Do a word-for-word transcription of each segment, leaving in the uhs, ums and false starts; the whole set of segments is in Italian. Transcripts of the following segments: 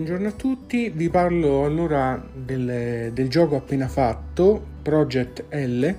Buongiorno a tutti, vi parlo allora del, del gioco appena fatto, Project L.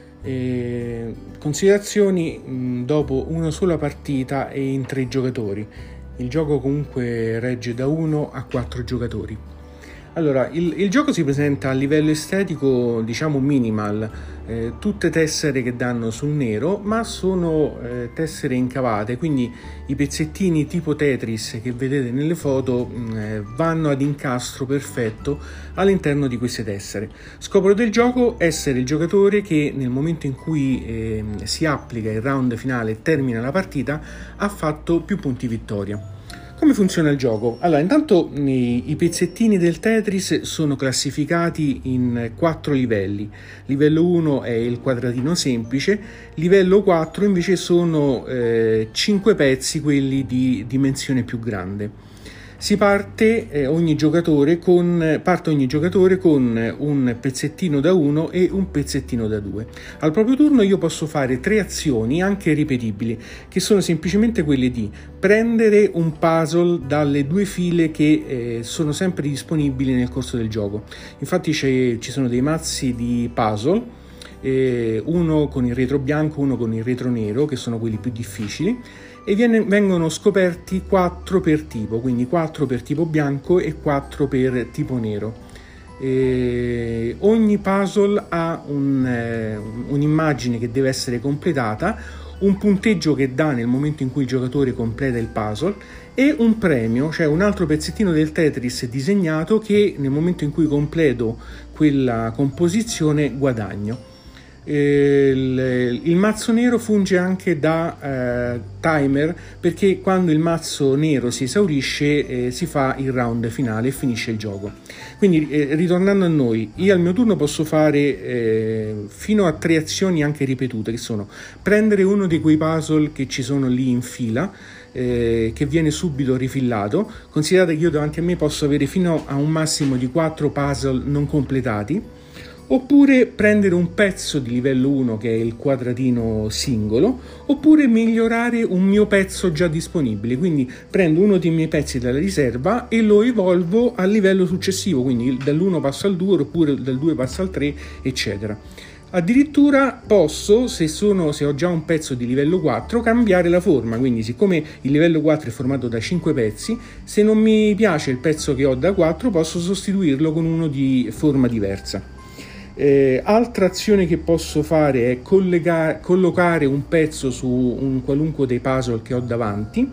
E considerazioni mh, dopo una sola partita e in tre giocatori. Il gioco comunque regge da uno a quattro giocatori. Allora, il, il gioco si presenta a livello estetico, diciamo minimal, eh, tutte tessere che danno sul nero, ma sono eh, tessere incavate, quindi i pezzettini tipo Tetris che vedete nelle foto mh, eh, vanno ad incastro perfetto all'interno di queste tessere. Scopo del gioco è essere il giocatore che nel momento in cui eh, si applica il round finale e termina la partita ha fatto più punti vittoria. Come funziona il gioco? Allora, intanto i, i pezzettini del Tetris sono classificati in quattro livelli. Livello uno è il quadratino semplice, livello quattro invece sono eh, cinque pezzi, quelli di dimensione più grande. Si parte eh, ogni giocatore con parte ogni giocatore con un pezzettino da uno e un pezzettino da due. Al proprio turno io posso fare tre azioni anche ripetibili, che sono semplicemente quelle di prendere un puzzle dalle due file che eh, sono sempre disponibili nel corso del gioco. Infatti ci sono dei mazzi di puzzle, eh, uno con il retro bianco, uno con il retro nero, che sono quelli più difficili, e viene, vengono scoperti quattro per tipo, quindi quattro per tipo bianco e quattro per tipo nero. E ogni puzzle ha un, eh, un'immagine che deve essere completata, un punteggio che dà nel momento in cui il giocatore completa il puzzle e un premio, cioè un altro pezzettino del Tetris disegnato che nel momento in cui completo quella composizione guadagno. Il, il mazzo nero funge anche da eh, timer, perché quando il mazzo nero si esaurisce eh, si fa il round finale e finisce il gioco. Quindi eh, ritornando a noi, io al mio turno posso fare eh, fino a tre azioni anche ripetute, che sono prendere uno di quei puzzle che ci sono lì in fila, eh, che viene subito rifillato. Considerate che io davanti a me posso avere fino a un massimo di quattro puzzle non completati. Oppure prendere un pezzo di livello uno che è il quadratino singolo, oppure migliorare un mio pezzo già disponibile, quindi prendo uno dei miei pezzi dalla riserva e lo evolvo al livello successivo, quindi dall'uno passo al due, oppure dal due passo al tre, eccetera. Addirittura posso, se, sono, se ho già un pezzo di livello quattro, cambiare la forma, quindi siccome il livello quattro è formato da cinque pezzi, se non mi piace il pezzo che ho da quattro posso sostituirlo con uno di forma diversa. Eh, altra azione che posso fare è collega- collocare un pezzo su un qualunque dei puzzle che ho davanti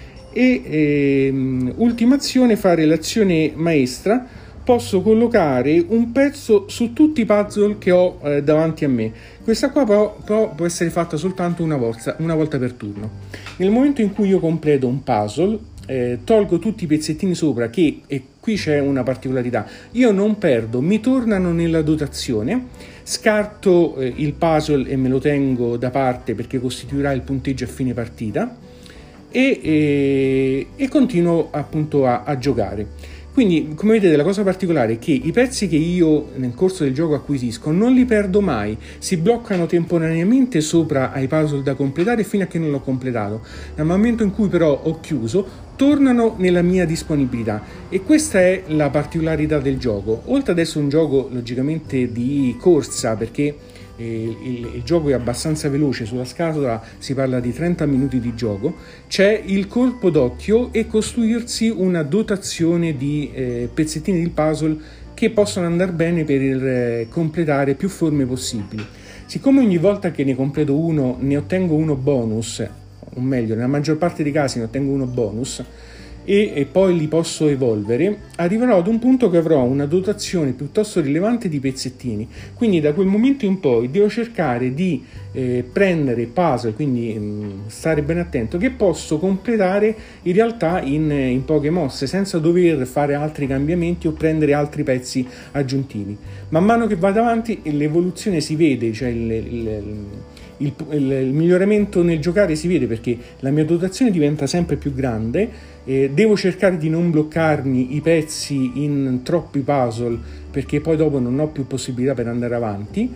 e ehm, ultima azione, fare l'azione maestra. Posso collocare un pezzo su tutti i puzzle che ho eh, davanti a me. Questa qua però, però può essere fatta soltanto una volta, una volta per turno. Nel momento in cui io completo un puzzle, eh, tolgo tutti i pezzettini sopra, che e qui c'è una particolarità: io non perdo, mi tornano nella dotazione, scarto eh, il puzzle e me lo tengo da parte perché costituirà il punteggio a fine partita e, e, e continuo appunto a, a giocare. Quindi, come vedete, la cosa particolare è che i pezzi che io nel corso del gioco acquisisco non li perdo mai, si bloccano temporaneamente sopra ai puzzle da completare fino a che non l'ho completato. Nel momento in cui però ho chiuso, tornano nella mia disponibilità, e questa è la particolarità del gioco. Oltre ad essere un gioco logicamente di corsa, perché Il, il, il gioco è abbastanza veloce, sulla scatola si parla di trenta minuti di gioco, c'è il colpo d'occhio e costruirsi una dotazione di eh, pezzettini di puzzle che possono andare bene per eh, completare più forme possibili. Siccome ogni volta che ne completo uno ne ottengo uno bonus, o meglio nella maggior parte dei casi ne ottengo uno bonus, E, e poi li posso evolvere, arriverò ad un punto che avrò una dotazione piuttosto rilevante di pezzettini. Quindi da quel momento in poi devo cercare di eh, prendere puzzle, quindi mh, stare ben attento, che posso completare in realtà in, in poche mosse, senza dover fare altri cambiamenti o prendere altri pezzi aggiuntivi. Man mano che vado avanti l'evoluzione si vede, cioè il, il, il, il, il miglioramento nel giocare si vede, perché la mia dotazione diventa sempre più grande. Eh, devo cercare di non bloccarmi i pezzi in troppi puzzle, perché poi dopo non ho più possibilità per andare avanti,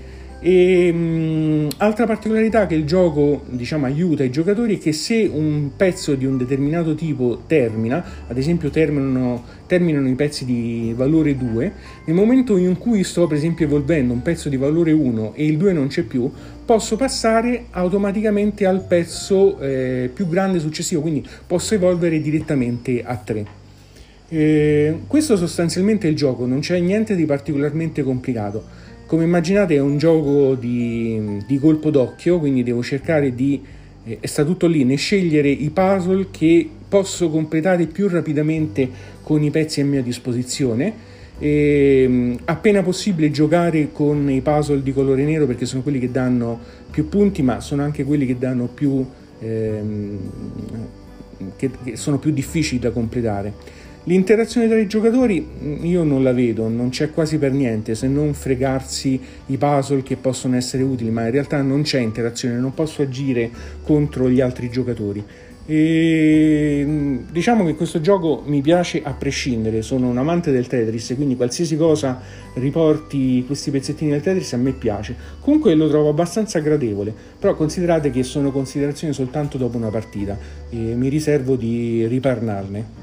E mh, altra particolarità che il gioco, diciamo, aiuta i giocatori è che se un pezzo di un determinato tipo termina, ad esempio terminano, terminano i pezzi di valore due, nel momento in cui sto per esempio evolvendo un pezzo di valore uno e il due non c'è più, posso passare automaticamente al pezzo eh, più grande successivo, quindi posso evolvere direttamente a tre. Eh, questo sostanzialmente è il gioco, non c'è niente di particolarmente complicato. Come immaginate è un gioco di, di colpo d'occhio, quindi devo cercare di, eh, sta tutto lì, ne scegliere i puzzle che posso completare più rapidamente con i pezzi a mia disposizione. E, appena possibile giocare con i puzzle di colore nero perché sono quelli che danno più punti, ma sono anche quelli che danno più ehm, che, che sono più difficili da completare. L'interazione tra i giocatori io non la vedo, non c'è quasi per niente, se non fregarsi i puzzle che possono essere utili, ma in realtà non c'è interazione, non posso agire contro gli altri giocatori. E diciamo che questo gioco mi piace a prescindere, sono un amante del Tetris, quindi qualsiasi cosa riporti questi pezzettini del Tetris a me piace. Comunque lo trovo abbastanza gradevole, però considerate che sono considerazioni soltanto dopo una partita e mi riservo di riparlarne.